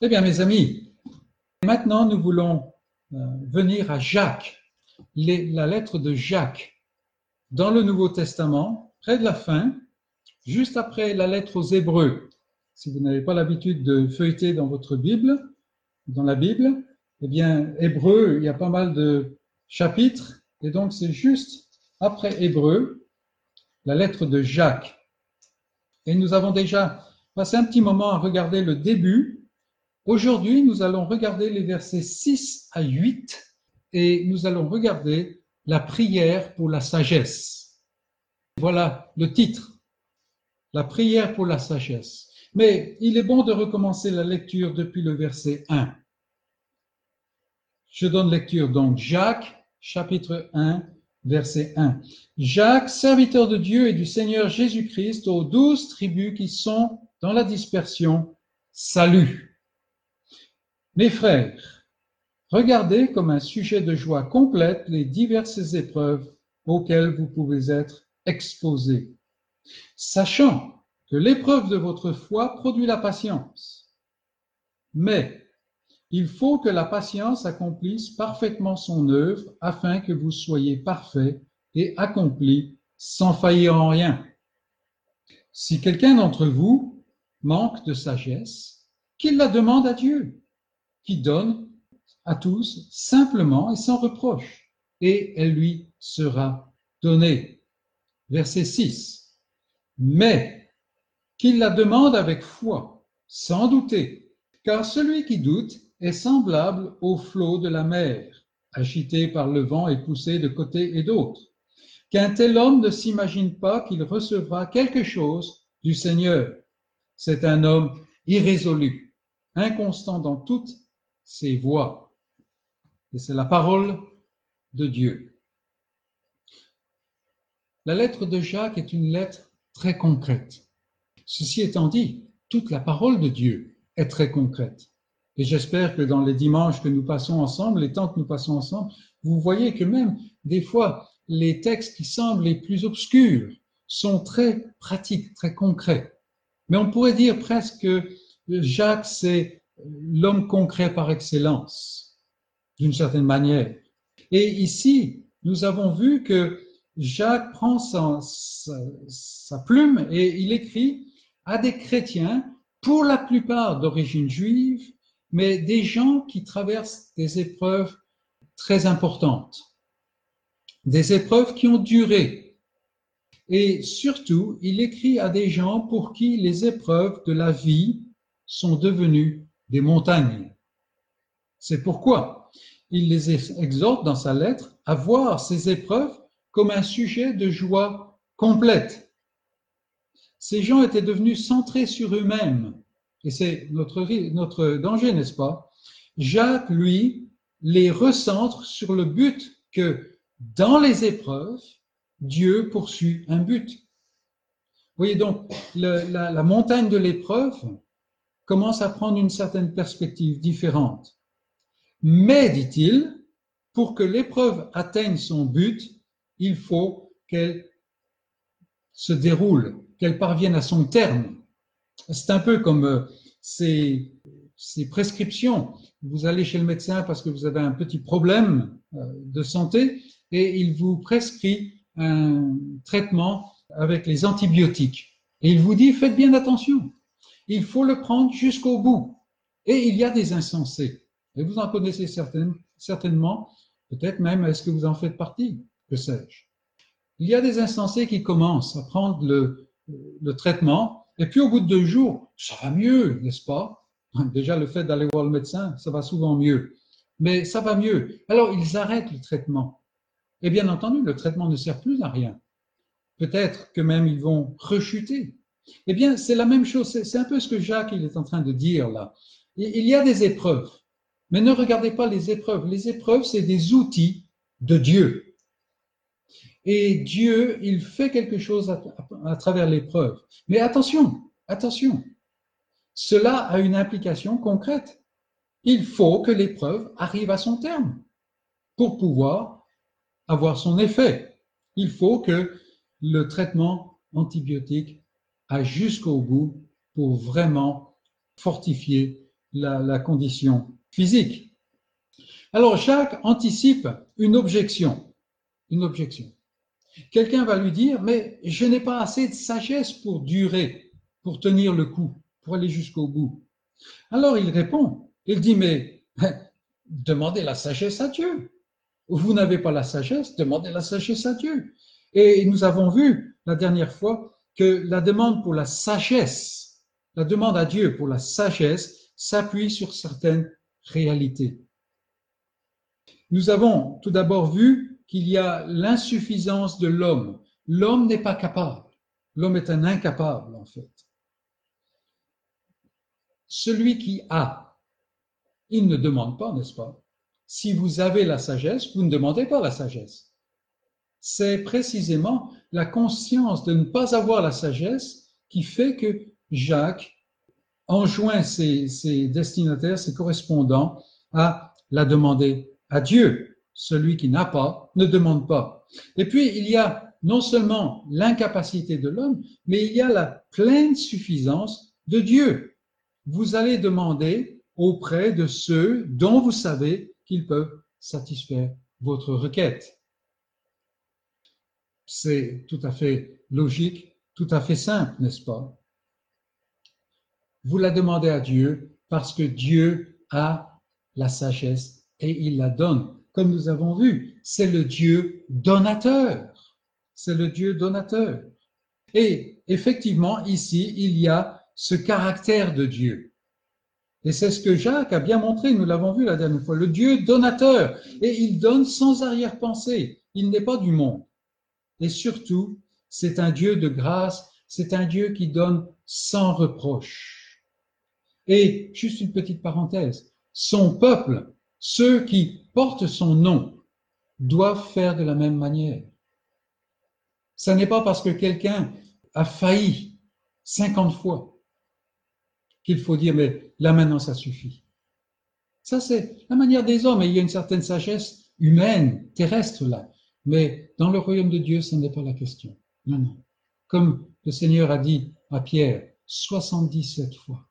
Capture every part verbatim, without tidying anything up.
Eh bien, mes amis, maintenant nous voulons euh, venir à Jacques, les, la lettre de Jacques dans le Nouveau Testament, près de la fin, juste après la lettre aux Hébreux. Si vous n'avez pas l'habitude de feuilleter dans votre Bible, dans la Bible, eh bien, Hébreux, il y a pas mal de chapitres, et donc c'est juste après Hébreux, la lettre de Jacques. Et nous avons déjà passé un petit moment à regarder le début. Aujourd'hui, nous allons regarder les versets six à huit et nous allons regarder la prière pour la sagesse. Voilà le titre, la prière pour la sagesse. Mais il est bon de recommencer la lecture depuis le verset un. Je donne lecture donc Jacques, chapitre un, verset un. Jacques, serviteur de Dieu et du Seigneur Jésus-Christ, aux douze tribus qui sont dans la dispersion, salut. Mes frères, regardez comme un sujet de joie complète les diverses épreuves auxquelles vous pouvez être exposés, sachant que l'épreuve de votre foi produit la patience. Mais il faut que la patience accomplisse parfaitement son œuvre afin que vous soyez parfaits et accomplis sans faillir en rien. Si quelqu'un d'entre vous manque de sagesse, qu'il la demande à Dieu, qui donne à tous simplement et sans reproche, et elle lui sera donnée. Verset six. Mais qu'il la demande avec foi, sans douter, car celui qui doute est semblable au flot de la mer, agité par le vent et poussé de côté et d'autre. Qu'un tel homme ne s'imagine pas qu'il recevra quelque chose du Seigneur. C'est un homme irrésolu, inconstant dans toutes ses voies. Et c'est la parole de Dieu. La lettre de Jacques est une lettre très concrète. Ceci étant dit, toute la parole de Dieu est très concrète. Et j'espère que dans les dimanches que nous passons ensemble, les temps que nous passons ensemble, vous voyez que même des fois, les textes qui semblent les plus obscurs sont très pratiques, très concrets. Mais on pourrait dire presque que Jacques, c'est l'homme concret par excellence, d'une certaine manière. Et ici, nous avons vu que Jacques prend sa, sa, sa plume et il écrit à des chrétiens, pour la plupart d'origine juive, mais des gens qui traversent des épreuves très importantes, des épreuves qui ont duré. Et surtout, il écrit à des gens pour qui les épreuves de la vie sont devenues des montagnes. C'est pourquoi il les exhorte dans sa lettre à voir ces épreuves comme un sujet de joie complète. Ces gens étaient devenus centrés sur eux-mêmes, et c'est notre, notre danger, n'est-ce pas? Jacques, lui, les recentre sur le but que dans les épreuves, Dieu poursuit un but. Vous voyez donc, le, la, la montagne de l'épreuve commence à prendre une certaine perspective différente. Mais, dit-il, pour que l'épreuve atteigne son but, il faut qu'elle se déroule, qu'elle parvienne à son terme. C'est un peu comme euh, ces, ces prescriptions. Vous allez chez le médecin parce que vous avez un petit problème euh, de santé et il vous prescrit un traitement avec les antibiotiques. Et il vous dit, faites bien attention, il faut le prendre jusqu'au bout. Et il y a des insensés. Et vous en connaissez certaines, certainement, peut-être même, est-ce que vous en faites partie? Que sais-je? Il y a des insensés qui commencent à prendre le, le traitement, et puis au bout de deux jours, ça va mieux, n'est-ce pas? Déjà, le fait d'aller voir le médecin, ça va souvent mieux. Mais ça va mieux. Alors, ils arrêtent le traitement. Et bien entendu, le traitement ne sert plus à rien. Peut-être que même ils vont rechuter. Eh bien, c'est la même chose. C'est un peu ce que Jacques il est en train de dire là. Il y a des épreuves. Mais ne regardez pas les épreuves. Les épreuves, c'est des outils de Dieu. Et Dieu, il fait quelque chose à, à, à travers l'épreuve. Mais attention, attention. Cela a une implication concrète. Il faut que l'épreuve arrive à son terme pour pouvoir avoir son effet. Il faut que le traitement antibiotique aille jusqu'au bout pour vraiment fortifier la, la condition physique. Alors Jacques anticipe une objection. Une objection. Quelqu'un va lui dire, mais je n'ai pas assez de sagesse pour durer, pour tenir le coup, pour aller jusqu'au bout. Alors il répond, il dit, mais demandez la sagesse à Dieu. Vous n'avez pas la sagesse, demandez la sagesse à Dieu. Et nous avons vu la dernière fois que la demande pour la sagesse, la demande à Dieu pour la sagesse s'appuie sur certaines réalités. Nous avons tout d'abord vu qu'il y a l'insuffisance de l'homme. L'homme n'est pas capable. L'homme est un incapable, en fait. Celui qui a, il ne demande pas, n'est-ce pas? Si vous avez la sagesse, vous ne demandez pas la sagesse. C'est précisément la conscience de ne pas avoir la sagesse qui fait que Jacques enjoint ses, ses destinataires, ses correspondants à la demander à Dieu. Celui qui n'a pas ne demande pas. Et puis, il y a non seulement l'incapacité de l'homme, mais il y a la pleine suffisance de Dieu. Vous allez demander auprès de ceux dont vous savez qu'ils peuvent satisfaire votre requête. C'est tout à fait logique, tout à fait simple, n'est-ce pas? Vous la demandez à Dieu parce que Dieu a la sagesse et il la donne. Comme nous avons vu, c'est le Dieu donateur. C'est le Dieu donateur. Et effectivement, ici, il y a ce caractère de Dieu. Et c'est ce que Jacques a bien montré, nous l'avons vu la dernière fois, le Dieu donateur. Et il donne sans arrière-pensée. Il n'est pas du monde. Et surtout, c'est un Dieu de grâce, c'est un Dieu qui donne sans reproche. Et juste une petite parenthèse, son peuple, ceux qui portent son nom, doivent faire de la même manière. Ce n'est pas parce que quelqu'un a failli cinquante fois qu'il faut dire, mais là maintenant ça suffit. Ça c'est la manière des hommes, et il y a une certaine sagesse humaine, terrestre là. Mais dans le royaume de Dieu, ce n'est pas la question. Non, non. Comme le Seigneur a dit à Pierre, soixante-dix-sept fois.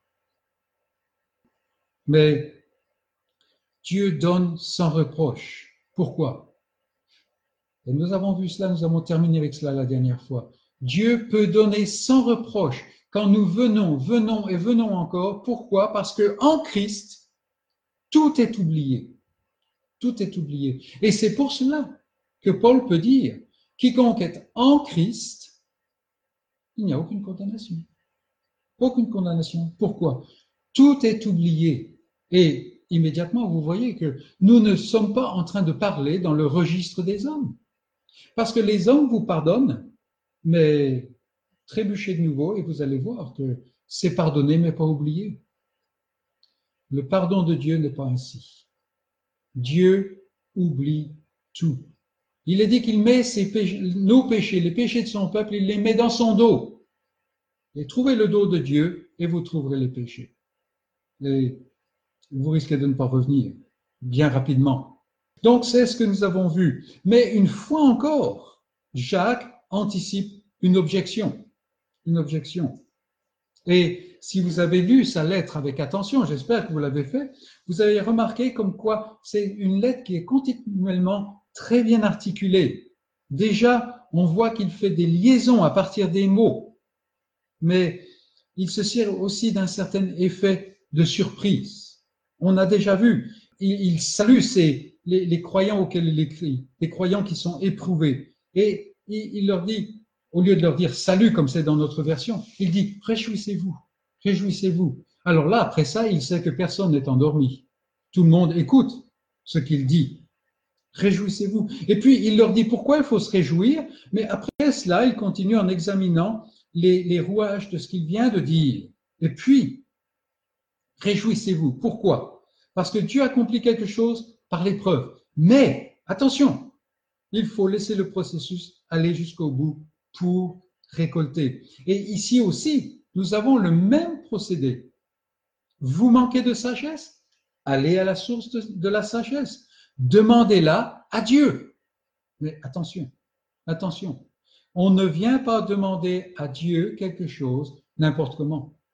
Mais Dieu donne sans reproche. Pourquoi? Et nous avons vu cela, nous avons terminé avec cela la dernière fois. Dieu peut donner sans reproche quand nous venons, venons et venons encore. Pourquoi? Parce que en Christ, tout est oublié. Tout est oublié. Et c'est pour cela que Paul peut dire, quiconque est en Christ, il n'y a aucune condamnation. Aucune condamnation. Pourquoi? Tout est oublié. Et immédiatement, vous voyez que nous ne sommes pas en train de parler dans le registre des hommes. Parce que les hommes vous pardonnent, mais trébuchez de nouveau et vous allez voir que c'est pardonné mais pas oublié. Le pardon de Dieu n'est pas ainsi. Dieu oublie tout. Il est dit qu'il met ses péchés, nos péchés, les péchés de son peuple, il les met dans son dos. Et trouvez le dos de Dieu et vous trouverez les péchés. Et vous risquez de ne pas revenir bien rapidement. Donc c'est ce que nous avons vu. Mais une fois encore, Jacques anticipe une objection. Une objection. Et si vous avez lu sa lettre avec attention, j'espère que vous l'avez fait, vous avez remarqué comme quoi c'est une lettre qui est continuellement très bien articulée. Déjà, on voit qu'il fait des liaisons à partir des mots, mais il se sert aussi d'un certain effet de surprise. On a déjà vu, il, il salue ces, les, les croyants auxquels il écrit, les croyants qui sont éprouvés, et il, il leur dit, au lieu de leur dire salut comme c'est dans notre version, il dit réjouissez-vous, réjouissez-vous. Alors là, après ça, il sait que personne n'est endormi. Tout le monde écoute ce qu'il dit. Réjouissez-vous. Et puis, il leur dit pourquoi il faut se réjouir, mais après cela, il continue en examinant les, les rouages de ce qu'il vient de dire. Et puis, réjouissez-vous. Pourquoi? Parce que Dieu accomplit quelque chose par l'épreuve. Mais, attention, il faut laisser le processus aller jusqu'au bout pour récolter. Et ici aussi, nous avons le même procédé. Vous manquez de sagesse? Allez à la source de, de la sagesse. Demandez-la à Dieu. Mais attention, attention, on ne vient pas demander à Dieu quelque chose n'importe comment.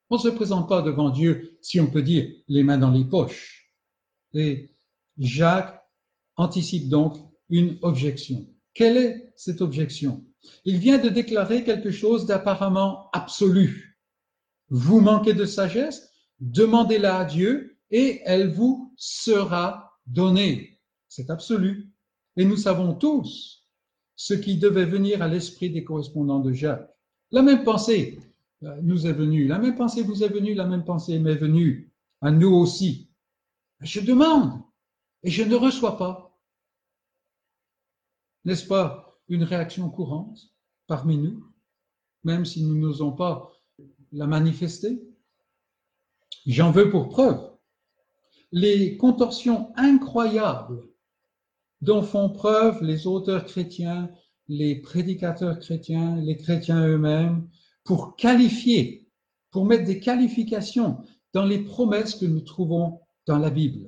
On ne se présente pas devant Dieu, si on peut dire, les mains dans les poches. Et Jacques anticipe donc une objection. Quelle est cette objection? Il vient de déclarer quelque chose d'apparemment absolu. Vous manquez de sagesse, demandez-la à Dieu et elle vous sera donnée. C'est absolu. Et nous savons tous ce qui devait venir à l'esprit des correspondants de Jacques. La même pensée nous est venue, la même pensée vous est venue, la même pensée m'est venue à nous aussi. Je demande et je ne reçois pas. N'est-ce pas une réaction courante parmi nous, même si nous n'osons pas la manifester? J'en veux pour preuve les contorsions incroyables dont font preuve les auteurs chrétiens, les prédicateurs chrétiens, les chrétiens eux-mêmes, pour qualifier, pour mettre des qualifications dans les promesses que nous trouvons dans la Bible.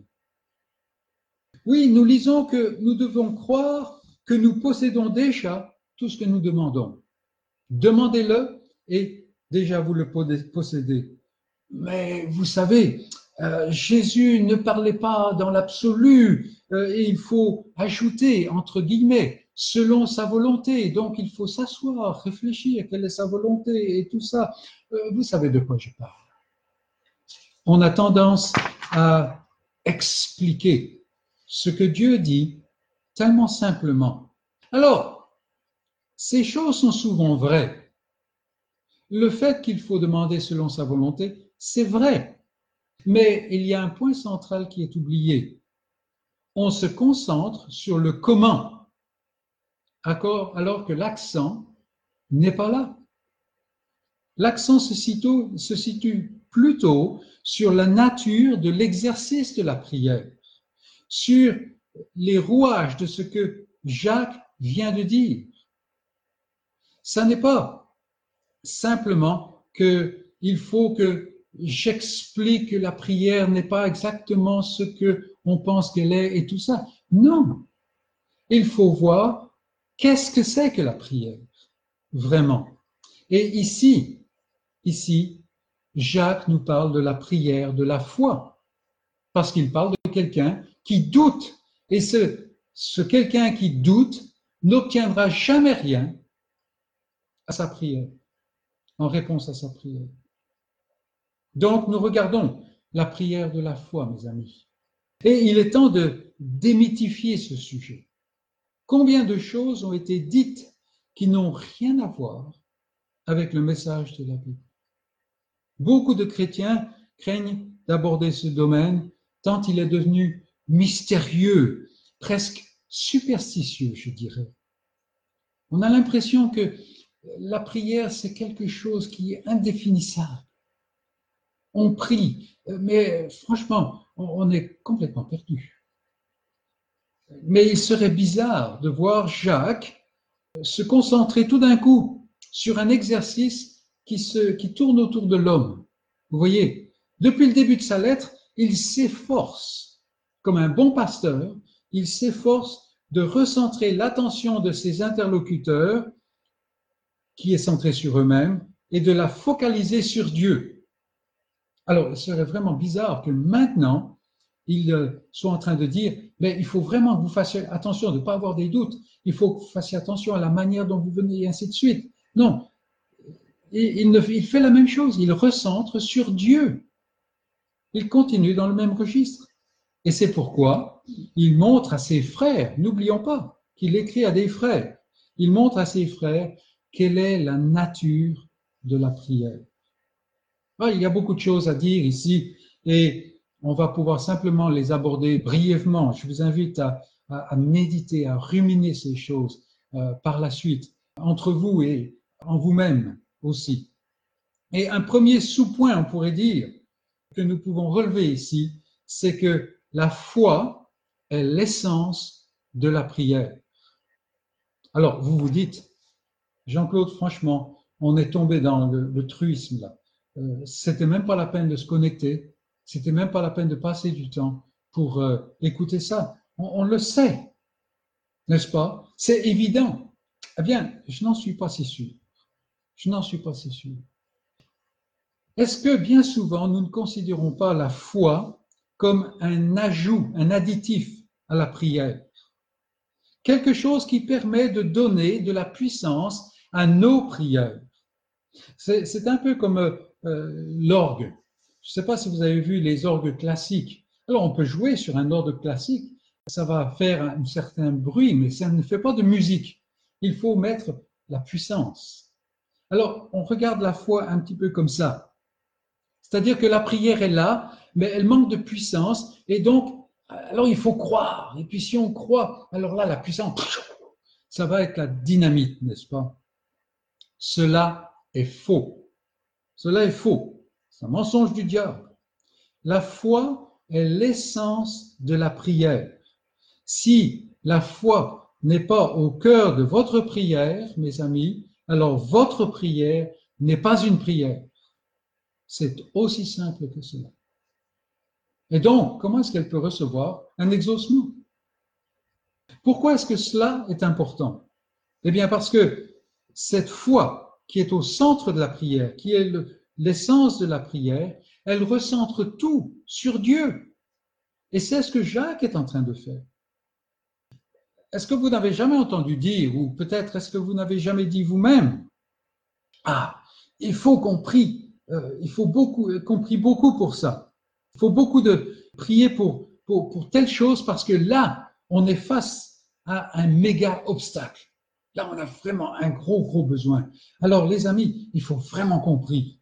Oui, nous lisons que nous devons croire que nous possédons déjà tout ce que nous demandons. Demandez-le et déjà vous le possédez. Mais vous savez, euh, Jésus ne parlait pas dans l'absolu euh, et il faut ajouter, entre guillemets, selon sa volonté. Donc il faut s'asseoir, réfléchir, quelle est sa volonté et tout ça. Euh, vous savez de quoi je parle. On a tendance à expliquer ce que Dieu dit tellement simplement. Alors, ces choses sont souvent vraies. Le fait qu'il faut demander selon sa volonté, c'est vrai. Mais il y a un point central qui est oublié. On se concentre sur le comment, alors que l'accent n'est pas là. L'accent se situe, se situe plutôt sur la nature de l'exercice de la prière, sur les rouages de ce que Jacques vient de dire. Ça n'est pas simplement qu'il faut que j'explique que la prière n'est pas exactement ce qu'on pense qu'elle est et tout ça. Non, il faut voir qu'est-ce que c'est que la prière, vraiment. Et ici, ici, Jacques nous parle de la prière de la foi, parce qu'il parle de quelqu'un qui doute. Et ce, ce quelqu'un qui doute n'obtiendra jamais rien à sa prière, en réponse à sa prière. Donc, nous regardons la prière de la foi, mes amis. Et il est temps de démythifier ce sujet. Combien de choses ont été dites qui n'ont rien à voir avec le message de la Bible? Beaucoup de chrétiens craignent d'aborder ce domaine tant il est devenu mystérieux, presque superstitieux, je dirais. On a l'impression que la prière, c'est quelque chose qui est indéfinissable. On prie, mais franchement, on est complètement perdu. Mais il serait bizarre de voir Jacques se concentrer tout d'un coup sur un exercice qui, se, qui tourne autour de l'homme. Vous voyez, depuis le début de sa lettre, il s'efforce, comme un bon pasteur, il s'efforce de recentrer l'attention de ses interlocuteurs, qui est centrée sur eux-mêmes, et de la focaliser sur Dieu. Alors, il serait vraiment bizarre que maintenant, ils soient en train de dire, mais il faut vraiment que vous fassiez attention de ne pas avoir des doutes, il faut que vous fassiez attention à la manière dont vous venez, et ainsi de suite. Non, il, ne, il fait la même chose, il recentre sur Dieu. Il continue dans le même registre. Et c'est pourquoi il montre à ses frères, n'oublions pas qu'il écrit à des frères, il montre à ses frères quelle est la nature de la prière. Alors, il y a beaucoup de choses à dire ici et on va pouvoir simplement les aborder brièvement. Je vous invite à, à, à méditer, à ruminer ces choses euh, par la suite, entre vous et en vous-même aussi. Et un premier sous-point, on pourrait dire, que nous pouvons relever ici, c'est que la foi est l'essence de la prière. Alors, vous vous dites, Jean-Claude, franchement, on est tombé dans le, le truisme là. Euh, c'était même pas la peine de se connecter, c'était même pas la peine de passer du temps pour euh, écouter ça. On, on le sait, n'est-ce pas? C'est évident. Eh bien, je n'en suis pas si sûr. Je n'en suis pas si sûr. Est-ce que bien souvent, nous ne considérons pas la foi comme un ajout, un additif à la prière? Quelque chose qui permet de donner de la puissance à nos prières. C'est un peu comme euh, l'orgue. Je ne sais pas si vous avez vu les orgues classiques. Alors, on peut jouer sur un orgue classique, ça va faire un certain bruit, mais ça ne fait pas de musique. Il faut mettre la puissance. Alors, on regarde la foi un petit peu comme ça. C'est-à-dire que la prière est là, mais elle manque de puissance, et donc, alors il faut croire. Et puis si on croit, alors là, la puissance, ça va être la dynamite, n'est-ce pas? Cela est faux. Cela est faux. C'est un mensonge du diable. La foi est l'essence de la prière. Si la foi n'est pas au cœur de votre prière, mes amis, alors votre prière n'est pas une prière. C'est aussi simple que cela. Et donc, comment est-ce qu'elle peut recevoir un exaucement? Pourquoi est-ce que cela est important? Eh bien, parce que cette foi qui est au centre de la prière, qui est l'essence de la prière, elle recentre tout sur Dieu. Et c'est ce que Jacques est en train de faire. Est-ce que vous n'avez jamais entendu dire, ou peut-être est-ce que vous n'avez jamais dit vous-même, ah, il faut qu'on prie, euh, il faut beaucoup, qu'on prie beaucoup pour ça. Il faut beaucoup de prier pour, pour, pour telle chose parce que là, on est face à un méga obstacle. Là, on a vraiment un gros, gros besoin. Alors, les amis, il faut vraiment qu'on prie.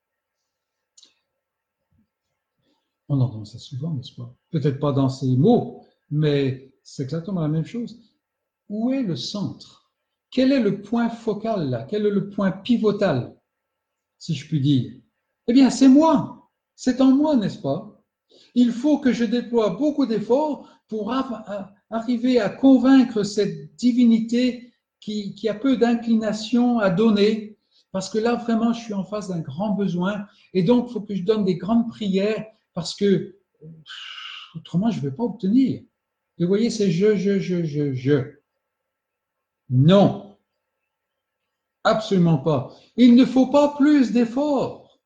On entend ça souvent, n'est-ce pas? Peut-être pas dans ces mots, mais c'est exactement la même chose. Où est le centre? Quel est le point focal là? Quel est le point pivotal, si je puis dire? Eh bien, c'est moi. C'est en moi, n'est-ce pas? Il faut que je déploie beaucoup d'efforts pour arriver à convaincre cette divinité qui, qui a peu d'inclination à donner, parce que là, vraiment, je suis en face d'un grand besoin, et donc, il faut que je donne des grandes prières, parce que autrement, je ne vais pas obtenir. Et vous voyez, c'est je, je, je, je, je. Non, absolument pas. Il ne faut pas plus d'efforts.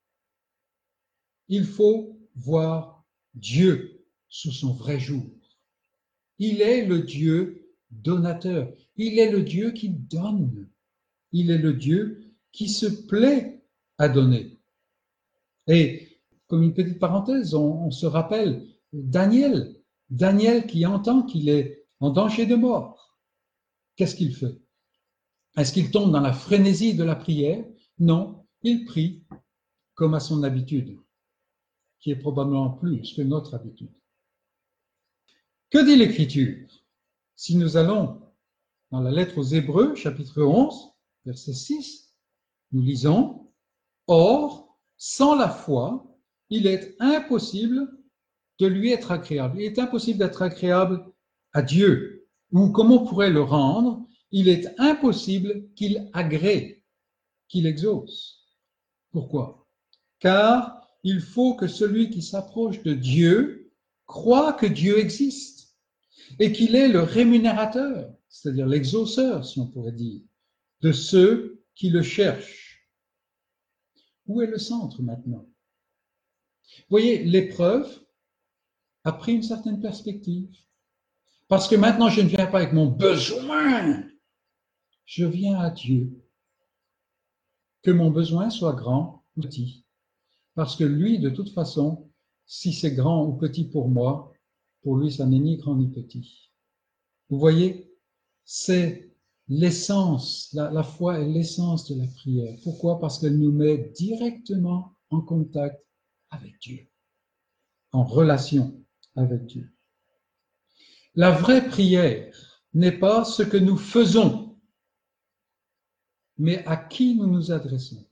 Il faut voir Dieu sous son vrai jour. Il est le Dieu donateur. Il est le Dieu qui donne. Il est le Dieu qui se plaît à donner. Et comme une petite parenthèse, on, on se rappelle Daniel. Daniel qui entend qu'il est en danger de mort. Qu'est-ce qu'il fait? Est-ce qu'il tombe dans la frénésie de la prière? Non, il prie comme à son habitude, qui est probablement plus que notre habitude. Que dit l'Écriture? Si nous allons dans la lettre aux Hébreux, chapitre onze, verset six, nous lisons « Or, sans la foi, il est impossible de lui être agréable. Il est impossible d'être agréable à Dieu. Ou comme on pourrait le rendre, il est impossible qu'il agrée, qu'il exauce. Pourquoi? Car il faut que celui qui s'approche de Dieu croit que Dieu existe et qu'il est le rémunérateur, c'est-à-dire l'exauceur, si on pourrait dire, de ceux qui le cherchent. Où est le centre maintenant? Vous voyez, l'épreuve a pris une certaine perspective. Parce que maintenant, je ne viens pas avec mon besoin, je viens à Dieu. Que mon besoin soit grand ou petit. Parce que lui, de toute façon, si c'est grand ou petit pour moi, pour lui, ça n'est ni grand ni petit. Vous voyez, c'est l'essence, la, la foi est l'essence de la prière. Pourquoi? Parce qu'elle nous met directement en contact avec Dieu, en relation avec Dieu. La vraie prière n'est pas ce que nous faisons, mais à qui nous nous adressons.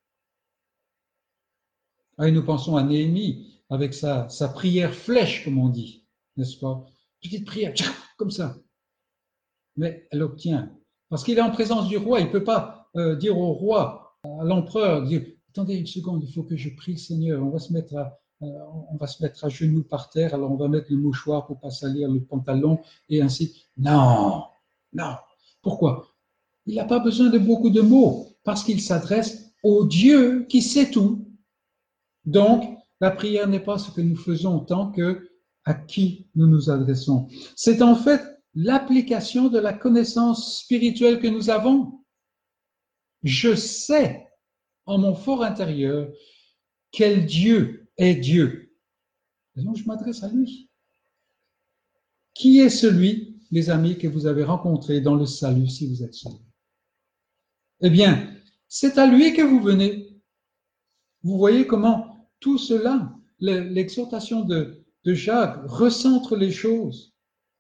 Ah, et nous pensons à Néhémie avec sa, sa prière flèche, comme on dit, n'est-ce pas? Petite prière, comme ça. Mais elle obtient. Parce qu'il est en présence du roi, il ne peut pas euh, dire au roi, à l'empereur, dire « Attendez une seconde, il faut que je prie le Seigneur, on va se mettre à, euh, on va se mettre à genoux par terre, alors on va mettre le mouchoir pour ne pas salir le pantalon, et ainsi. » Non, non. Pourquoi? Il n'a pas besoin de beaucoup de mots, parce qu'il s'adresse au Dieu qui sait tout. Donc, la prière n'est pas ce que nous faisons tant que à qui nous nous adressons. C'est en fait l'application de la connaissance spirituelle que nous avons. Je sais en mon fort intérieur quel Dieu est Dieu. Et donc, je m'adresse à lui. Qui est celui, les amis, que vous avez rencontré dans le salut si vous êtes sauvés? Eh bien, c'est à lui que vous venez. Vous voyez comment tout cela, l'exhortation de, de Jacques, recentre les choses.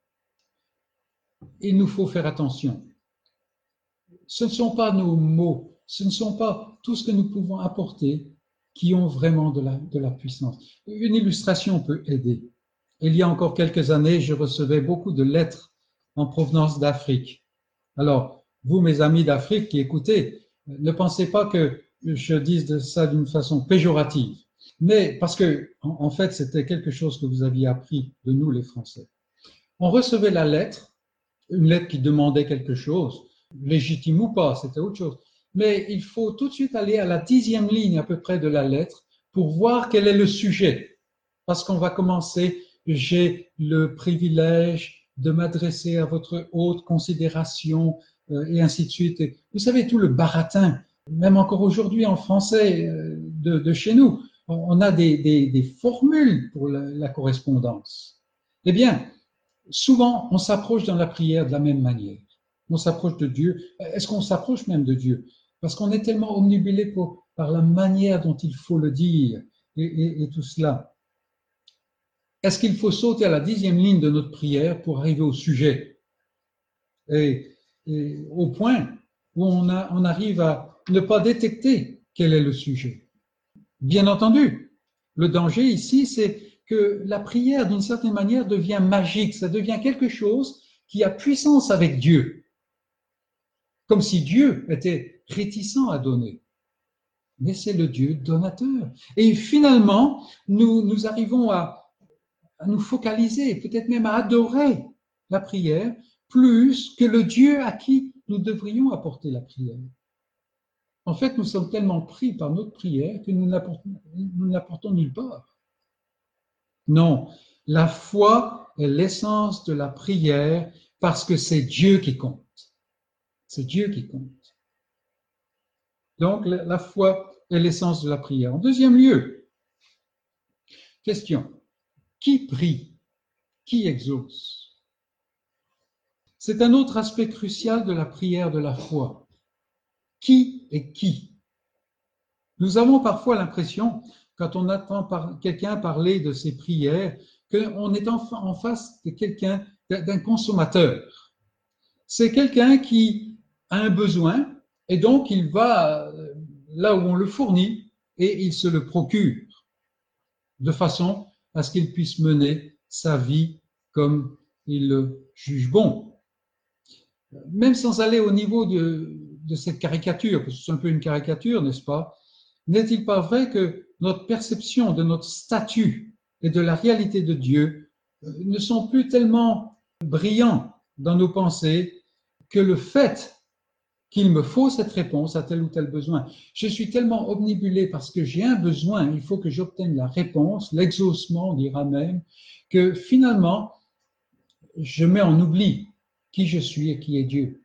Il nous faut faire attention. Ce ne sont pas nos mots, ce ne sont pas tout ce que nous pouvons apporter qui ont vraiment de la, de la puissance. Une illustration peut aider. Il y a encore quelques années, je recevais beaucoup de lettres en provenance d'Afrique. Alors, vous, mes amis d'Afrique qui écoutez, ne pensez pas que je dise ça d'une façon péjorative, mais parce que, en fait, c'était quelque chose que vous aviez appris de nous, les Français. On recevait la lettre, une lettre qui demandait quelque chose, légitime ou pas, c'était autre chose. Mais il faut tout de suite aller à la dixième ligne à peu près de la lettre pour voir quel est le sujet. Parce qu'on va commencer, j'ai le privilège de m'adresser à votre haute considération, euh, et ainsi de suite. Et vous savez, tout le baratin, même encore aujourd'hui en français euh, de, de chez nous, on a des, des, des formules pour la, la correspondance. Eh bien, souvent, on s'approche dans la prière de la même manière. On s'approche de Dieu. Est-ce qu'on s'approche même de Dieu? Parce qu'on est tellement omnibulé pour, par la manière dont il faut le dire et, et, et tout cela. Est-ce qu'il faut sauter à la dixième ligne de notre prière pour arriver au sujet? Et, et au point où on, a, on arrive à ne pas détecter quel est le sujet. Bien entendu, le danger ici, c'est que la prière, d'une certaine manière, devient magique. Ça devient quelque chose qui a puissance avec Dieu. Comme si Dieu était réticent à donner. Mais c'est le Dieu donateur. Et finalement, nous, nous arrivons à, à nous focaliser, peut-être même à adorer la prière, plus que le Dieu à qui nous devrions apporter la prière. En fait, nous sommes tellement pris par notre prière que nous ne l'apportons nulle part. Non, la foi est l'essence de la prière parce que c'est Dieu qui compte. C'est Dieu qui compte. Donc, la foi est l'essence de la prière. En deuxième lieu, question, qui prie? Qui exauce? C'est un autre aspect crucial de la prière de la foi. Qui est qui? Nous avons parfois l'impression, quand on entend par, quelqu'un parler de ses prières, qu'on est en, en face de quelqu'un, d'un consommateur. C'est quelqu'un qui a un besoin et donc il va là où on le fournit et il se le procure de façon à ce qu'il puisse mener sa vie comme il le juge bon. Même sans aller au niveau de, de cette caricature, parce que c'est un peu une caricature, n'est-ce pas? N'est-il pas vrai que notre perception de notre statut et de la réalité de Dieu ne sont plus tellement brillants dans nos pensées que le fait qu'il me faut cette réponse à tel ou tel besoin. Je suis tellement omnibulé parce que j'ai un besoin, il faut que j'obtienne la réponse, l'exaucement, on dira même, que finalement, je mets en oubli qui je suis et qui est Dieu.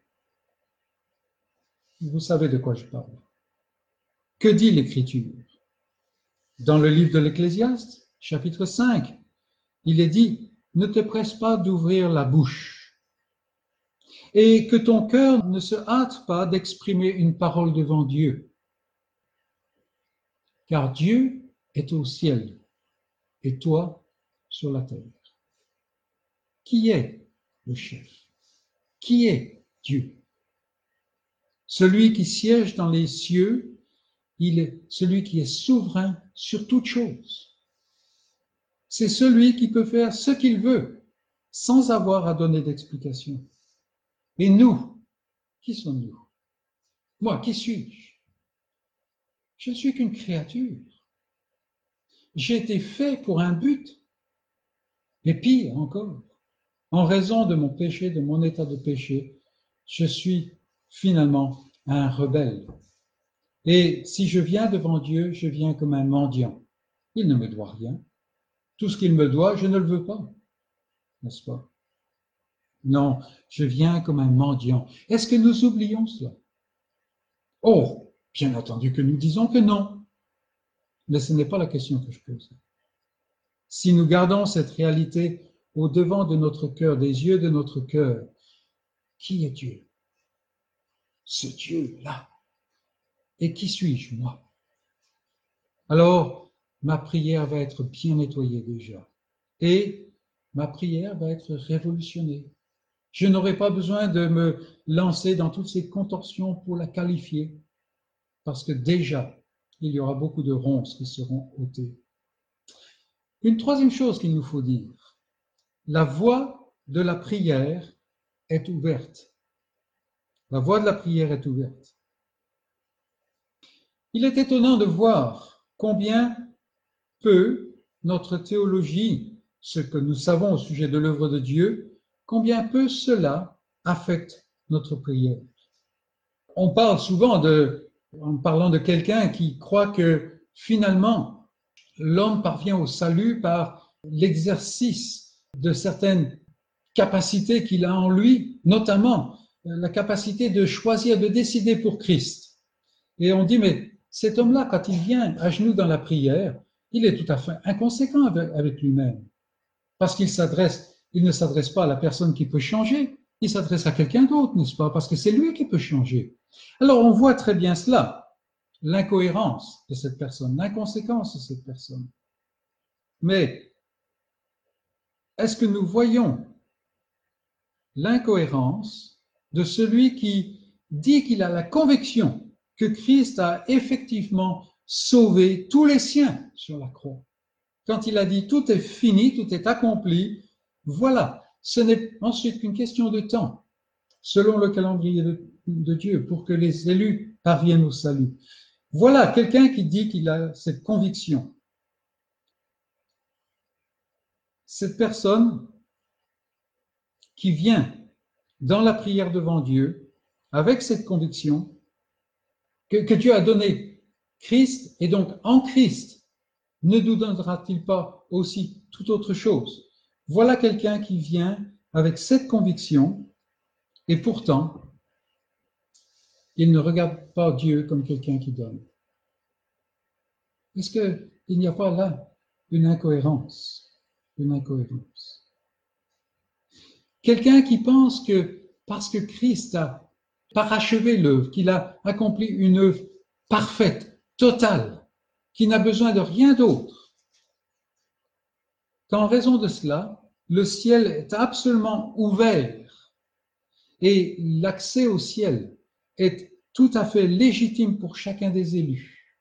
Vous savez de quoi je parle. Que dit l'Écriture? Dans le livre de l'Ecclésiaste, chapitre cinq, il est dit « Ne te presse pas d'ouvrir la bouche et que ton cœur ne se hâte pas d'exprimer une parole devant Dieu, car Dieu est au ciel et toi sur la terre. » Qui est le chef? Qui est Dieu? Celui qui siège dans les cieux, il est celui qui est souverain sur toute chose. C'est celui qui peut faire ce qu'il veut sans avoir à donner d'explication. Et nous, qui sommes-nous? Moi, qui suis-je? Je ne suis qu'une créature. J'ai été fait pour un but. Et pire encore, en raison de mon péché, de mon état de péché, je suis finalement un rebelle. Et si je viens devant Dieu, je viens comme un mendiant. Il ne me doit rien. Tout ce qu'il me doit, je ne le veux pas, n'est-ce pas? Non, je viens comme un mendiant. Est-ce que nous oublions cela? Oh, bien entendu que nous disons que non. Mais ce n'est pas la question que je pose. Si nous gardons cette réalité au devant de notre cœur, des yeux de notre cœur, qui est Dieu? Ce Dieu-là. Et qui suis-je, moi? Alors, ma prière va être bien nettoyée déjà. Et ma prière va être révolutionnée. Je n'aurai pas besoin de me lancer dans toutes ces contorsions pour la qualifier, parce que déjà, il y aura beaucoup de ronces qui seront ôtées. Une troisième chose qu'il nous faut dire, la voie de la prière est ouverte. La voie de la prière est ouverte. Il est étonnant de voir combien peu notre théologie, ce que nous savons au sujet de l'œuvre de Dieu, combien peu cela affecte notre prière. On parle souvent de, en parlant de quelqu'un qui croit que finalement l'homme parvient au salut par l'exercice de certaines capacités qu'il a en lui, notamment la capacité de choisir, de décider pour Christ. Et on dit, mais cet homme-là, quand il vient à genoux dans la prière, il est tout à fait inconséquent avec, avec lui-même. Parce qu'il s'adresse, il ne s'adresse pas à la personne qui peut changer, il s'adresse à quelqu'un d'autre, n'est-ce pas? Parce que c'est lui qui peut changer. Alors on voit très bien cela, l'incohérence de cette personne, l'inconséquence de cette personne. Mais est-ce que nous voyons l'incohérence de celui qui dit qu'il a la conviction que Christ a effectivement sauvé tous les siens sur la croix? Quand il a dit tout est fini, tout est accompli, voilà, ce n'est ensuite qu'une question de temps, selon le calendrier de, de Dieu, pour que les élus parviennent au salut. Voilà quelqu'un qui dit qu'il a cette conviction. Cette personne qui vient dans la prière devant Dieu, avec cette conviction que, que Dieu a donné Christ, et donc en Christ, ne nous donnera-t-il pas aussi toute autre chose? Voilà quelqu'un qui vient avec cette conviction, et pourtant, il ne regarde pas Dieu comme quelqu'un qui donne. Est-ce qu'il n'y a pas là une incohérence? Une incohérence. Quelqu'un qui pense que parce que Christ a parachevé l'œuvre, qu'il a accompli une œuvre parfaite, totale, qui n'a besoin de rien d'autre, qu'en raison de cela, le ciel est absolument ouvert et l'accès au ciel est tout à fait légitime pour chacun des élus.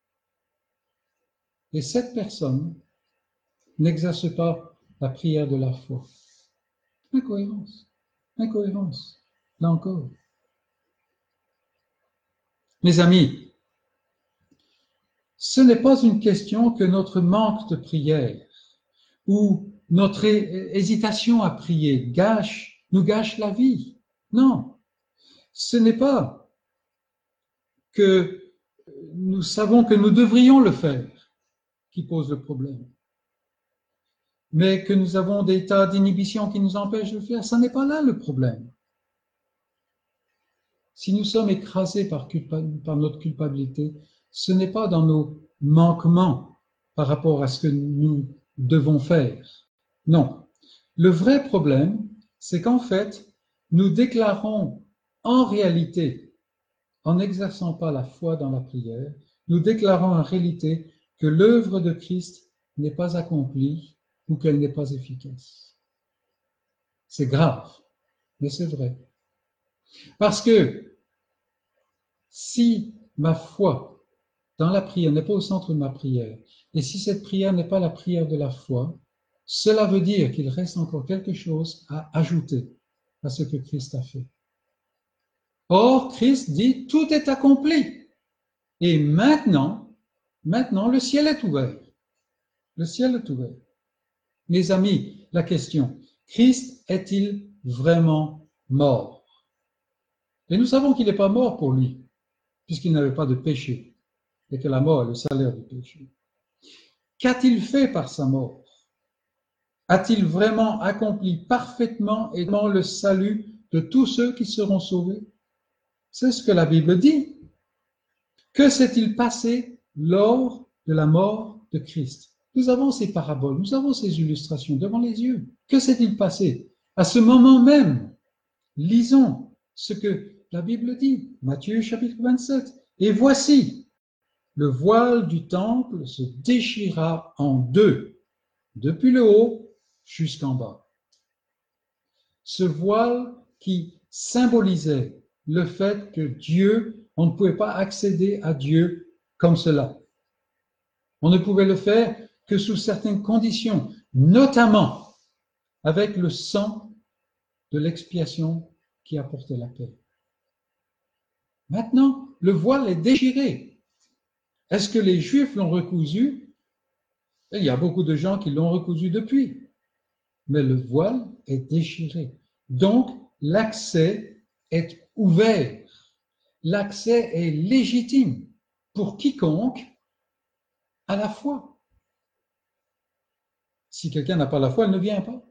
Et cette personne n'exerce pas la prière de la foi. Incohérence, incohérence, là encore. Mes amis, ce n'est pas une question que notre manque de prière ou notre hésitation à prier gâche, nous gâche la vie. Non, ce n'est pas que nous savons que nous devrions le faire qui pose le problème, mais que nous avons des tas d'inhibitions qui nous empêchent de le faire. Ce n'est pas là le problème. Si nous sommes écrasés par, culpa- par notre culpabilité, ce n'est pas dans nos manquements par rapport à ce que nous devons faire. Non. Le vrai problème, c'est qu'en fait, nous déclarons en réalité, en n'exerçant pas la foi dans la prière, nous déclarons en réalité que l'œuvre de Christ n'est pas accomplie ou qu'elle n'est pas efficace. C'est grave, mais c'est vrai. Parce que si ma foi dans la prière n'est pas au centre de ma prière, et si cette prière n'est pas la prière de la foi, cela veut dire qu'il reste encore quelque chose à ajouter à ce que Christ a fait. Or, Christ dit, tout est accompli. Et maintenant, maintenant, le ciel est ouvert. Le ciel est ouvert. Mes amis, la question, Christ est-il vraiment mort? Et nous savons qu'il n'est pas mort pour lui, puisqu'il n'avait pas de péché, et que la mort est le salaire du péché. Qu'a-t-il fait par sa mort? A-t-il vraiment accompli parfaitement et le salut de tous ceux qui seront sauvés? C'est ce que la Bible dit. Que s'est-il passé lors de la mort de Christ? Nous avons ces paraboles, nous avons ces illustrations devant les yeux. Que s'est-il passé? À ce moment même, lisons ce que la Bible dit. Matthieu chapitre vingt-sept. Et voici, le voile du temple se déchira en deux, depuis le haut jusqu'en bas. Ce voile qui symbolisait le fait que Dieu, on ne pouvait pas accéder à Dieu comme cela. On ne pouvait le faire que sous certaines conditions, notamment avec le sang de l'expiation qui apportait la paix. Maintenant, le voile est déchiré. Est-ce que les Juifs l'ont recousu? Il y a beaucoup de gens qui l'ont recousu depuis. Mais le voile est déchiré. Donc, l'accès est ouvert. L'accès est légitime pour quiconque a la foi. Si quelqu'un n'a pas la foi, il ne vient pas.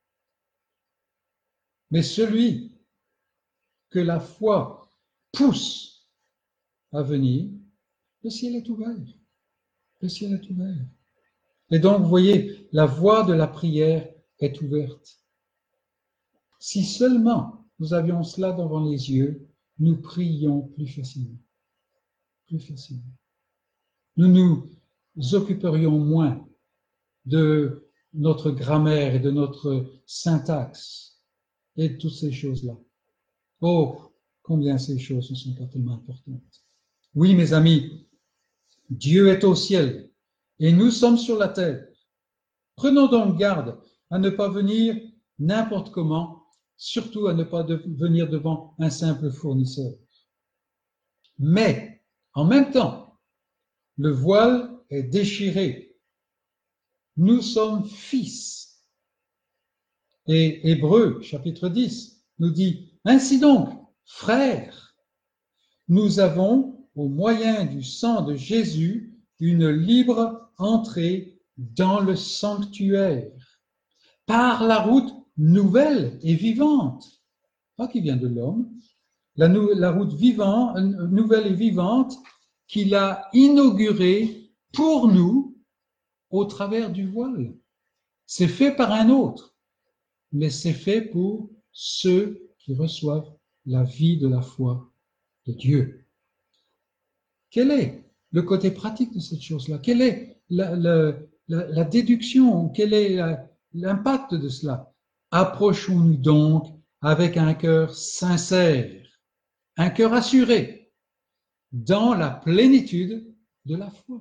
Mais celui que la foi pousse à venir, le ciel est ouvert. Le ciel est ouvert. Et donc, vous voyez, la voie de la prière est ouverte. Si seulement nous avions cela devant les yeux, nous prions plus facilement. Plus facilement. Nous nous occuperions moins de notre grammaire et de notre syntaxe et de toutes ces choses-là. Oh, combien ces choses ne sont pas tellement importantes. Oui, mes amis, Dieu est au ciel et nous sommes sur la terre. Prenons donc garde à ne pas venir n'importe comment, surtout à ne pas de venir devant un simple fournisseur. Mais, en même temps, le voile est déchiré. Nous sommes fils. Et Hébreux, chapitre dix, nous dit, ainsi donc, frères, nous avons, au moyen du sang de Jésus, une libre entrée dans le sanctuaire, par la route nouvelle et vivante, pas qui vient de l'homme, la, nou la route vivante, nouvelle et vivante qu'il a inaugurée pour nous au travers du voile. C'est fait par un autre, mais c'est fait pour ceux qui reçoivent la vie de la foi de Dieu. Quel est le côté pratique de cette chose-là? Quelle est la, la, la, la déduction? Quel est l'impact de cela? Approchons-nous donc avec un cœur sincère, un cœur assuré, dans la plénitude de la foi.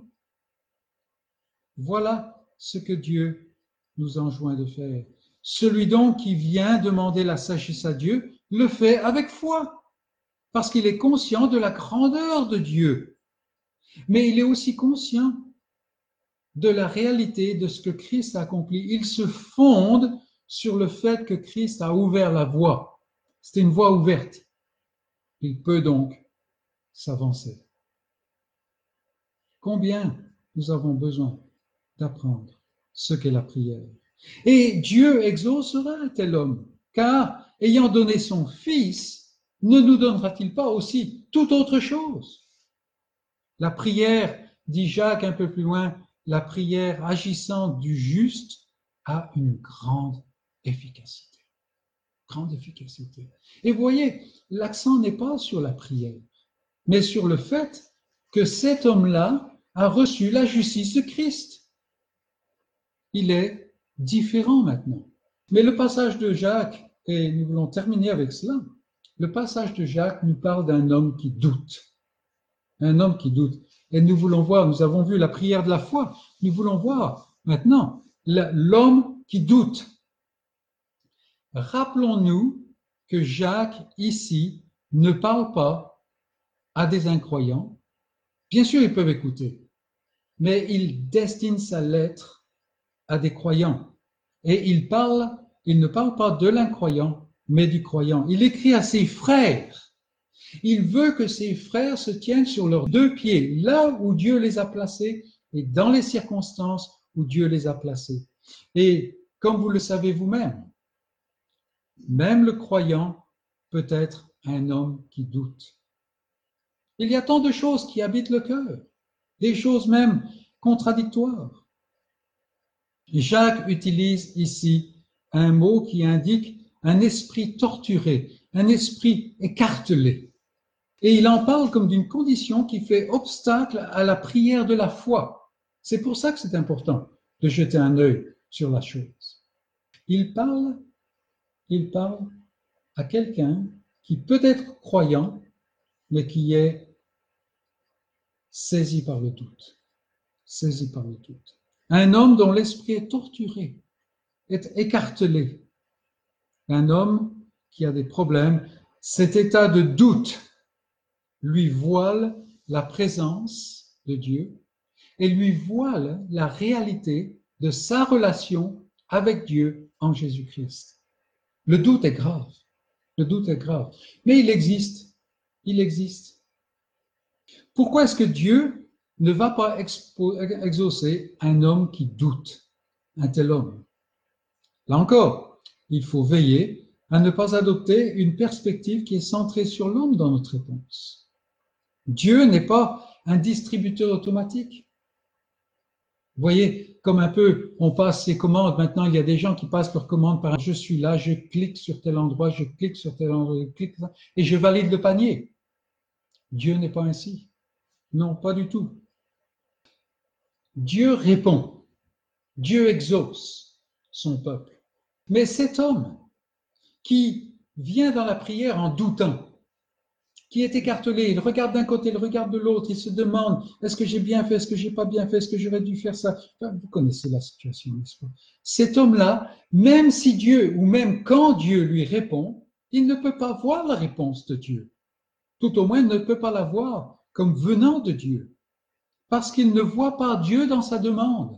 Voilà ce que Dieu nous enjoint de faire. Celui donc qui vient demander la sagesse à Dieu le fait avec foi, parce qu'il est conscient de la grandeur de Dieu. Mais il est aussi conscient de la réalité de ce que Christ a accompli. Il se fonde sur le fait que Christ a ouvert la voie. C'est une voie ouverte. Il peut donc s'avancer. Combien nous avons besoin d'apprendre ce qu'est la prière. Et Dieu exaucera un tel homme, car ayant donné son Fils, ne nous donnera-t-il pas aussi toute autre chose? La prière, dit Jacques un peu plus loin, la prière agissante du juste a une grande efficacité. Grande efficacité. Et vous voyez, l'accent n'est pas sur la prière, mais sur le fait que cet homme-là a reçu la justice de Christ. Il est différent maintenant. Mais le passage de Jacques, et nous voulons terminer avec cela, le passage de Jacques nous parle d'un homme qui doute. Un homme qui doute. Et nous voulons voir, nous avons vu la prière de la foi, nous voulons voir maintenant l'homme qui doute. Rappelons-nous que Jacques, ici, ne parle pas à des incroyants. Bien sûr, ils peuvent écouter, mais il destine sa lettre à des croyants. Et il parle, il ne parle pas de l'incroyant, mais du croyant. Il écrit à ses frères. Il veut que ses frères se tiennent sur leurs deux pieds, là où Dieu les a placés et dans les circonstances où Dieu les a placés. Et comme vous le savez vous-même, même le croyant peut être un homme qui doute. Il y a tant de choses qui habitent le cœur, des choses même contradictoires. Jacques utilise ici un mot qui indique un esprit torturé, un esprit écartelé. Et il en parle comme d'une condition qui fait obstacle à la prière de la foi. C'est pour ça que c'est important de jeter un œil sur la chose. Il parle, il parle à quelqu'un qui peut être croyant, mais qui est saisi par le doute. Saisi par le doute. Un homme dont l'esprit est torturé, est écartelé. Un homme qui a des problèmes. Cet état de doute lui voile la présence de Dieu et lui voile la réalité de sa relation avec Dieu en Jésus-Christ. Le doute est grave. Le doute est grave. Mais il existe. Il existe. Pourquoi est-ce que Dieu ne va pas expo- exaucer un homme qui doute, un tel homme? Là encore, il faut veiller à ne pas adopter une perspective qui est centrée sur l'homme dans notre réponse. Dieu n'est pas un distributeur automatique. Vous voyez, comme un peu, on passe ses commandes. Maintenant, il y a des gens qui passent leurs commandes par « je suis là, je clique sur tel endroit, je clique sur tel endroit, je clique et je valide le panier ». Dieu n'est pas ainsi. Non, pas du tout. Dieu répond. Dieu exauce son peuple. Mais cet homme qui vient dans la prière en doutant, qui est écartelé, il regarde d'un côté, il regarde de l'autre, il se demande « est-ce que j'ai bien fait, est-ce que j'ai pas bien fait, est-ce que j'aurais dû faire ça ?» Enfin, vous connaissez la situation, n'est-ce pas? Cet homme-là, même si Dieu, ou même quand Dieu lui répond, il ne peut pas voir la réponse de Dieu. Tout au moins, il ne peut pas la voir comme venant de Dieu, parce qu'il ne voit pas Dieu dans sa demande.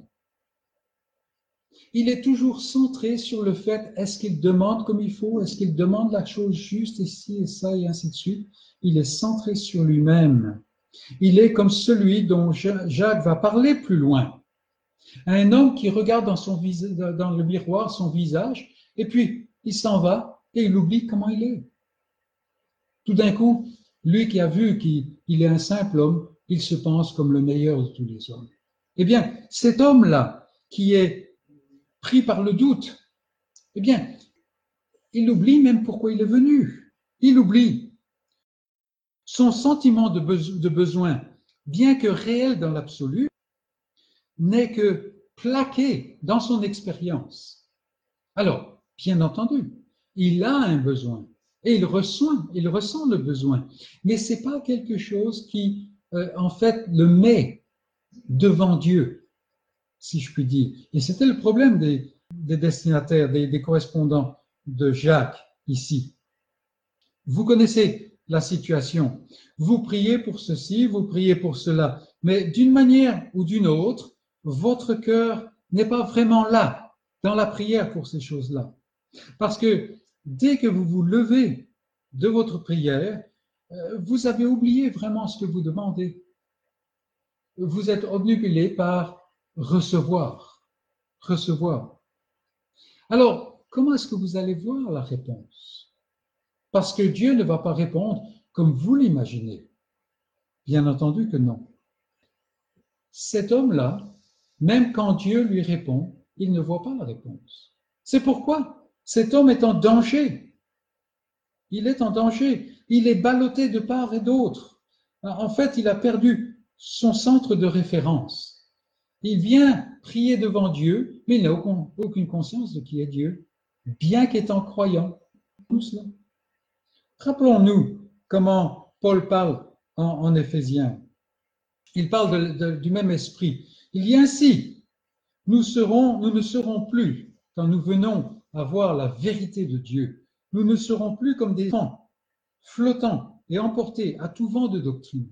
Il est toujours centré sur le fait, est-ce qu'il demande comme il faut, est-ce qu'il demande la chose juste, ici et ça, et ainsi de suite. Il est centré sur lui-même. Il est comme celui dont Jacques va parler plus loin. Un homme qui regarde dans, son vis- dans le miroir son visage, et puis il s'en va, et il oublie comment il est. Tout d'un coup, lui qui a vu qu'il est un simple homme, il se pense comme le meilleur de tous les hommes. Eh bien, cet homme-là, qui est pris par le doute, eh bien, il oublie même pourquoi il est venu. Il oublie son sentiment de, be- de besoin, bien que réel dans l'absolu, n'est que plaqué dans son expérience. Alors, bien entendu, il a un besoin et il ressent, il ressent le besoin, mais c'est pas quelque chose qui, euh, en fait, le met devant Dieu, si je puis dire. Et c'était le problème des, des destinataires, des, des correspondants de Jacques ici. Vous connaissez la situation. Vous priez pour ceci, vous priez pour cela, mais d'une manière ou d'une autre, votre cœur n'est pas vraiment là, dans la prière pour ces choses-là. Parce que dès que vous vous levez de votre prière, vous avez oublié vraiment ce que vous demandez. Vous êtes obnubilé par recevoir, recevoir. Alors, comment est-ce que vous allez voir la réponse? Parce que Dieu ne va pas répondre comme vous l'imaginez. Bien entendu que non. Cet homme-là, même quand Dieu lui répond, il ne voit pas la réponse. C'est pourquoi cet homme est en danger. Il est en danger. Il est ballotté de part et d'autre. En fait, il a perdu son centre de référence. Il vient prier devant Dieu, mais il n'a aucun, aucune conscience de qui est Dieu, bien qu'étant croyant. Tout cela. Rappelons-nous comment Paul parle en, en Éphésiens. Il parle de, de, du même esprit. Il dit ainsi, nous, serons, nous ne serons plus, quand nous venons à voir la vérité de Dieu, nous ne serons plus comme des enfants, flottants et emportés à tout vent de doctrine.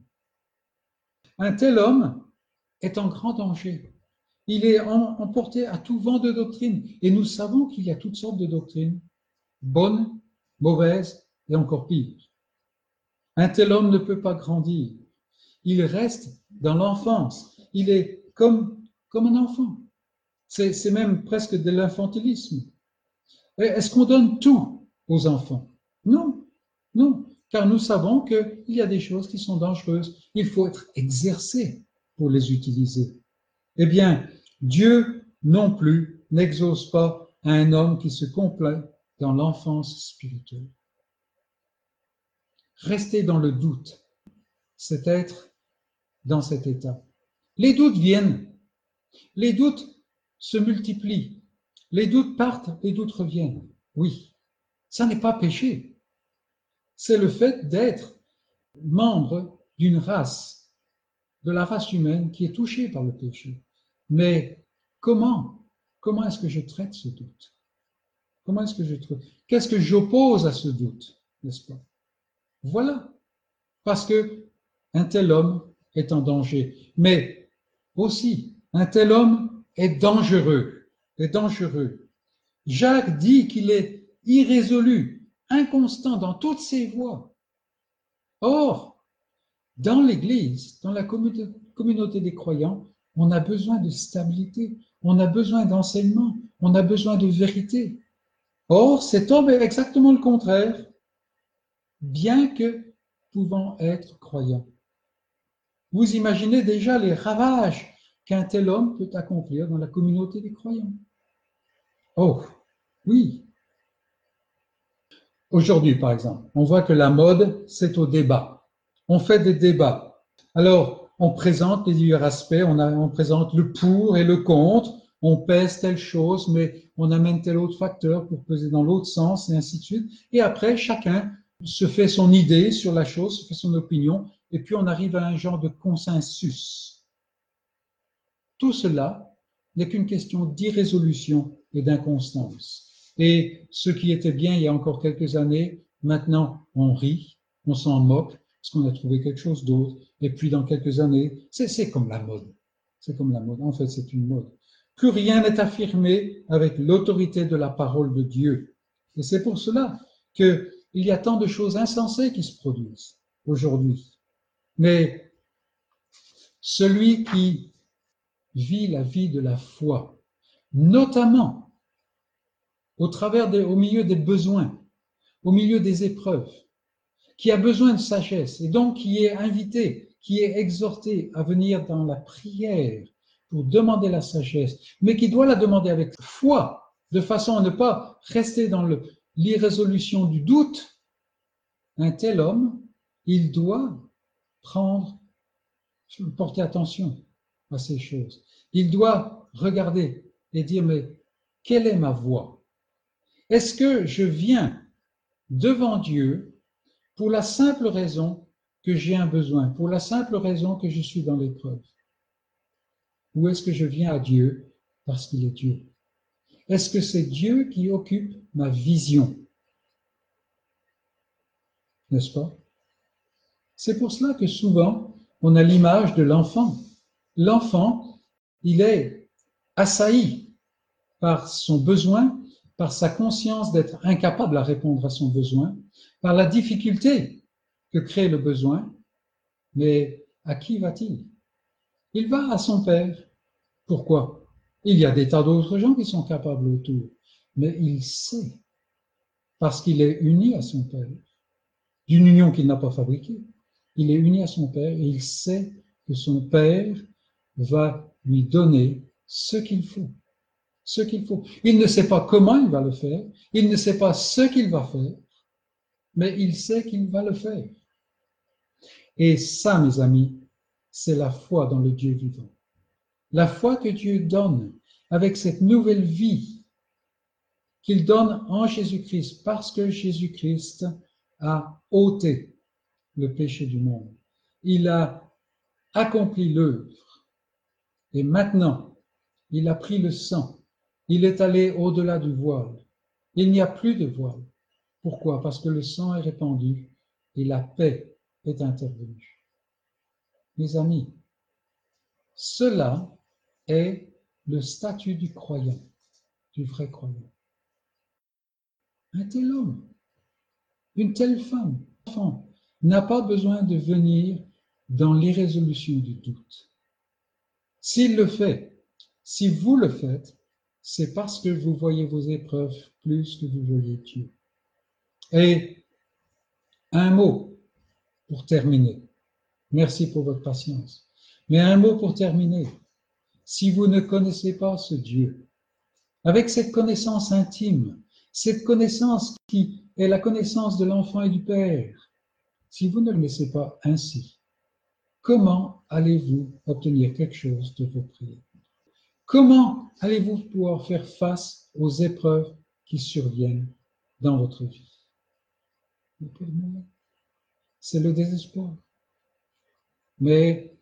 Un tel homme est en grand danger. Il est emporté à tout vent de doctrine. Et nous savons qu'il y a toutes sortes de doctrines, bonnes, mauvaises et encore pires. Un tel homme ne peut pas grandir. Il reste dans l'enfance. Il est comme, comme un enfant. C'est, c'est même presque de l'infantilisme. Est-ce qu'on donne tout aux enfants? Non, non, car nous savons qu'il y a des choses qui sont dangereuses. Il faut être exercé pour les utiliser. Eh bien, Dieu non plus n'exauce pas à un homme qui se complaît dans l'enfance spirituelle. Rester dans le doute, c'est être dans cet état. Les doutes viennent, les doutes se multiplient, les doutes partent, les doutes reviennent. Oui, ça n'est pas péché. C'est le fait d'être membre d'une race, de la race humaine qui est touchée par le péché. Mais comment, comment est-ce que je traite ce doute? Comment est-ce que je trouve? Qu'est-ce que j'oppose à ce doute, n'est-ce pas? Voilà. Parce que un tel homme est en danger. Mais aussi, un tel homme est dangereux, est dangereux. Jacques dit qu'il est irrésolu, inconstant dans toutes ses voies. Or, dans l'Église, dans la communauté des croyants, on a besoin de stabilité, on a besoin d'enseignement, on a besoin de vérité. Or, cet homme est exactement le contraire, bien que pouvant être croyant. Vous imaginez déjà les ravages qu'un tel homme peut accomplir dans la communauté des croyants. Oh, oui. Aujourd'hui, par exemple, on voit que la mode, c'est au débat. On fait des débats. Alors, on présente les divers aspects, on, a, on présente le pour et le contre, on pèse telle chose, mais on amène tel autre facteur pour peser dans l'autre sens, et ainsi de suite. Et après, chacun se fait son idée sur la chose, se fait son opinion, et puis on arrive à un genre de consensus. Tout cela n'est qu'une question d'irrésolution et d'inconstance. Et ce qui était bien il y a encore quelques années, maintenant on rit, on s'en moque, parce qu'on a trouvé quelque chose d'autre. Et puis dans quelques années, c'est, c'est comme la mode. C'est comme la mode. En fait, c'est une mode. Plus rien n'est affirmé avec l'autorité de la parole de Dieu. Et c'est pour cela qu'il y a tant de choses insensées qui se produisent aujourd'hui. Mais celui qui vit la vie de la foi, notamment au travers des, au milieu des besoins, au milieu des épreuves, qui a besoin de sagesse et donc qui est invité, qui est exhorté à venir dans la prière pour demander la sagesse, mais qui doit la demander avec foi, de façon à ne pas rester dans le, l'irrésolution du doute, un tel homme, il doit prendre, porter attention à ces choses. Il doit regarder et dire, mais quelle est ma voie? Est-ce que je viens devant Dieu pour la simple raison que j'ai un besoin, pour la simple raison que je suis dans l'épreuve? Ou est-ce que je viens à Dieu parce qu'il est Dieu? Est-ce que c'est Dieu qui occupe ma vision? N'est-ce pas? C'est pour cela que souvent, on a l'image de l'enfant. L'enfant, il est assailli par son besoin, par sa conscience d'être incapable à répondre à son besoin, par la difficulté que crée le besoin. Mais à qui va-t-il? Il va à son père. Pourquoi? Il y a des tas d'autres gens qui sont capables autour, mais il sait, parce qu'il est uni à son père, d'une union qu'il n'a pas fabriquée. Il est uni à son père et il sait que son père va lui donner ce qu'il faut. Ce qu'il faut. Il ne sait pas comment il va le faire, il ne sait pas ce qu'il va faire, mais il sait qu'il va le faire. Et ça, mes amis, c'est la foi dans le Dieu vivant. La foi que Dieu donne avec cette nouvelle vie qu'il donne en Jésus-Christ, parce que Jésus-Christ a ôté le péché du monde. Il a accompli l'œuvre. Et maintenant, il a pris le sang. Il est allé au-delà du voile. Il n'y a plus de voile. Pourquoi? Parce que le sang est répandu et la paix est intervenue. Mes amis, cela est le statut du croyant, du vrai croyant. Un tel homme, une telle femme, enfant, n'a pas besoin de venir dans l'irrésolution du doute. S'il le fait, Si vous le faites, c'est parce que vous voyez vos épreuves plus que vous voyez Dieu. Et un mot pour terminer. Merci pour votre patience. Mais un mot pour terminer. Si vous ne connaissez pas ce Dieu, avec cette connaissance intime, cette connaissance qui est la connaissance de l'enfant et du Père, si vous ne le laissez pas ainsi, comment allez-vous obtenir quelque chose de vos prières? Comment allez-vous pouvoir faire face aux épreuves qui surviennent dans votre vie? Et pour le moment, c'est le désespoir. Mais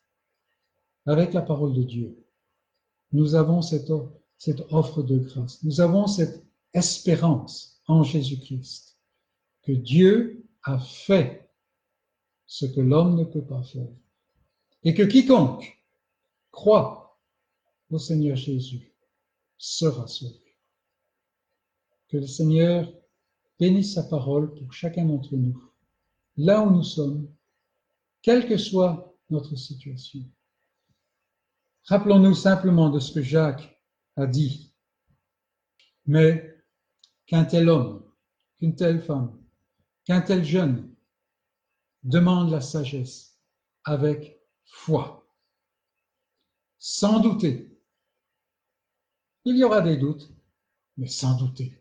avec la parole de Dieu, nous avons cette, cette offre de grâce. Nous avons cette espérance en Jésus-Christ que Dieu a fait ce que l'homme ne peut pas faire et que quiconque croit au Seigneur Jésus sera sauvé. Que le Seigneur bénisse sa parole pour chacun d'entre nous, là où nous sommes, quelle que soit notre situation. Rappelons-nous simplement de ce que Jacques a dit. Mais qu'un tel homme, qu'une telle femme, qu'un tel jeune demande la sagesse avec foi, sans douter. Il y aura des doutes, mais sans douter.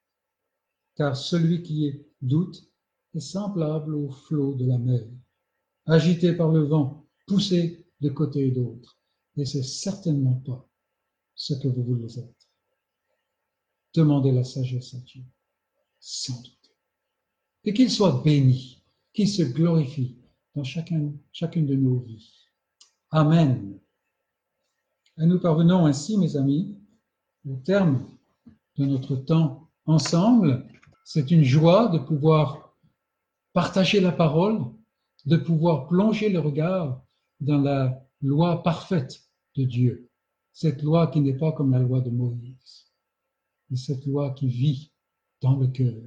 Car celui qui doute est semblable au flot de la mer, agité par le vent, poussé de côté et d'autre. Et c'est certainement pas ce que vous voulez être. Demandez la sagesse à Dieu, sans douter. Et qu'il soit béni, qu'il se glorifie dans chacun, chacune de nos vies. Amen. Et nous parvenons ainsi, mes amis, au terme de notre temps ensemble. C'est une joie de pouvoir partager la parole, de pouvoir plonger le regard dans la loi parfaite de Dieu. Cette loi qui n'est pas comme la loi de Moïse, mais cette loi qui vit dans le cœur.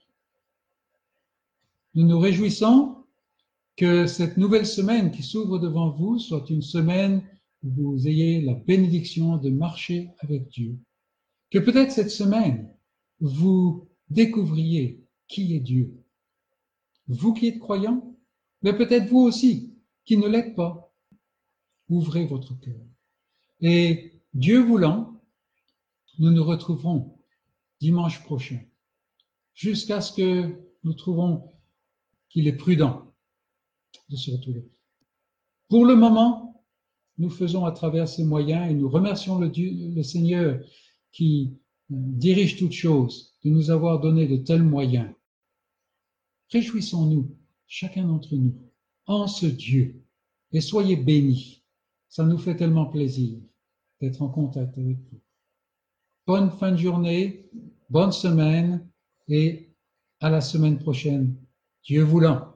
Nous nous réjouissons que cette nouvelle semaine qui s'ouvre devant vous soit une semaine où vous ayez la bénédiction de marcher avec Dieu. Que peut-être cette semaine, vous découvriez qui est Dieu. Vous qui êtes croyants, mais peut-être vous aussi qui ne l'êtes pas. Ouvrez votre cœur. Et Dieu voulant, nous nous retrouverons dimanche prochain, jusqu'à ce que nous trouvons qu'il est prudent de se retrouver. Pour le moment, nous faisons à travers ces moyens et nous remercions le, Dieu, le Seigneur qui dirige toutes choses, de nous avoir donné de tels moyens. Réjouissons-nous, chacun d'entre nous, en ce Dieu, et soyez bénis. Ça nous fait tellement plaisir d'être en contact avec vous. Bonne fin de journée, bonne semaine, et à la semaine prochaine, Dieu voulant.